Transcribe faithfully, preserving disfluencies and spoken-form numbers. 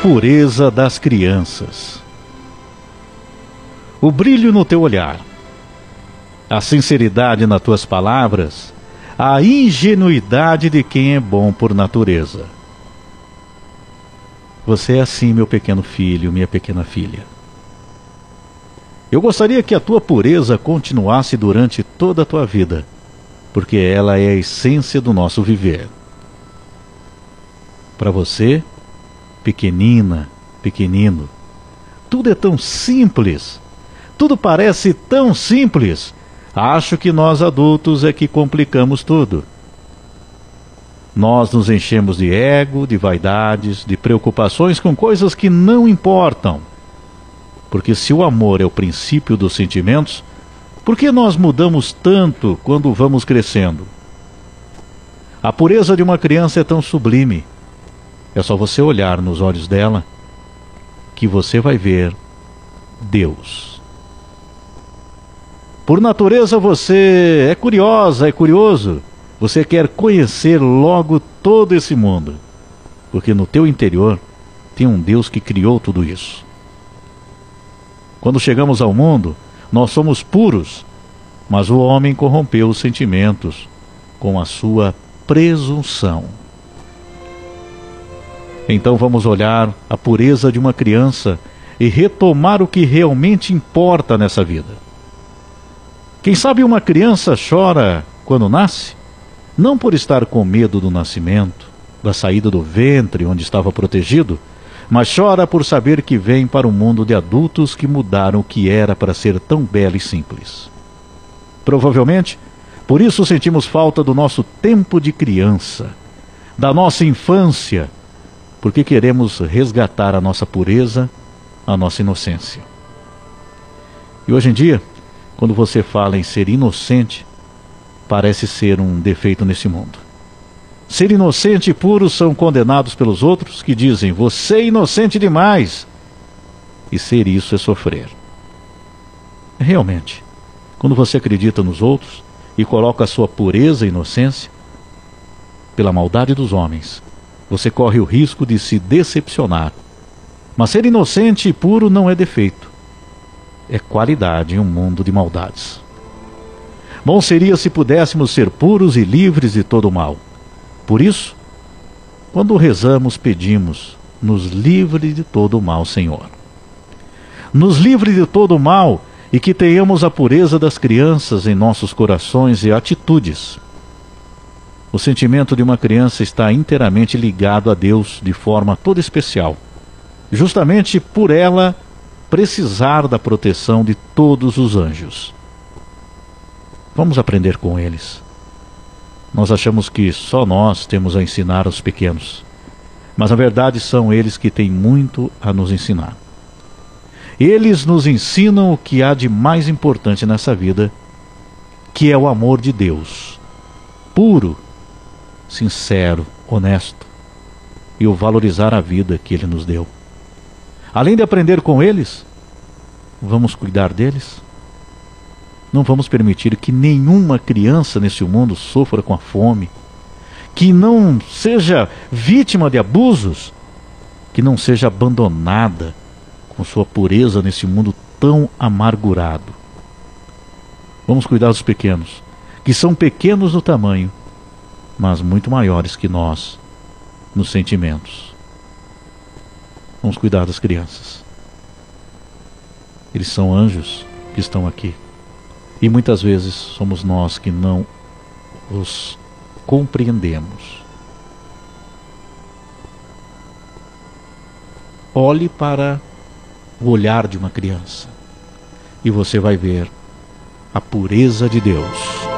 pureza das crianças. O brilho no teu olhar, a sinceridade nas tuas palavras, a ingenuidade de quem é bom por natureza. Você é assim, meu pequeno filho, minha pequena filha. Eu gostaria que a tua pureza continuasse durante toda a tua vida, porque ela é a essência do nosso viver. Para você, pequenina, pequenino, tudo é tão simples, tudo parece tão simples. Acho que nós adultos é que complicamos tudo. Nós nos enchemos de ego, de vaidades, de preocupações com coisas que não importam. Porque se o amor é o princípio dos sentimentos, por que nós mudamos tanto quando vamos crescendo? A pureza de uma criança é tão sublime. É só você olhar nos olhos dela que você vai ver Deus. Por natureza você é curiosa, é curioso. Você quer conhecer logo todo esse mundo. Porque no teu interior tem um Deus que criou tudo isso. Quando chegamos ao mundo, nós somos puros, mas o homem corrompeu os sentimentos com a sua presunção. Então vamos olhar a pureza de uma criança e retomar o que realmente importa nessa vida. Quem sabe uma criança chora quando nasce, não por estar com medo do nascimento, da saída do ventre onde estava protegido, mas chora por saber que vem para um mundo de adultos que mudaram o que era para ser tão belo e simples. Provavelmente, por isso sentimos falta do nosso tempo de criança, da nossa infância, porque queremos resgatar a nossa pureza, a nossa inocência. E hoje em dia, quando você fala em ser inocente, parece ser um defeito nesse mundo. Ser inocente e puro são condenados pelos outros que dizem, você é inocente demais. E ser isso é sofrer. Realmente, quando você acredita nos outros e coloca a sua pureza e inocência, pela maldade dos homens, você corre o risco de se decepcionar. Mas ser inocente e puro não é defeito. É qualidade em um mundo de maldades. Bom seria se pudéssemos ser puros e livres de todo o mal. Por isso, quando rezamos, pedimos, nos livre de todo o mal, Senhor. Nos livre de todo o mal e que tenhamos a pureza das crianças em nossos corações e atitudes. O sentimento de uma criança está inteiramente ligado a Deus de forma toda especial, justamente por ela precisar da proteção de todos os anjos. Vamos aprender com eles. Nós achamos que só nós temos a ensinar aos pequenos, mas na verdade são eles que têm muito a nos ensinar. Eles nos ensinam o que há de mais importante nessa vida, que é o amor de Deus, puro, sincero, honesto, e o valorizar a vida que Ele nos deu. Além de aprender com eles, vamos cuidar deles. Não vamos permitir que nenhuma criança nesse mundo sofra com a fome, que não seja vítima de abusos, que não seja abandonada com sua pureza nesse mundo tão amargurado. Vamos cuidar dos pequenos, que são pequenos no tamanho, mas muito maiores que nós nos sentimentos. Vamos cuidar das crianças. Eles são anjos que estão aqui. E muitas vezes somos nós que não os compreendemos. Olhe para o olhar de uma criança e você vai ver a pureza de Deus.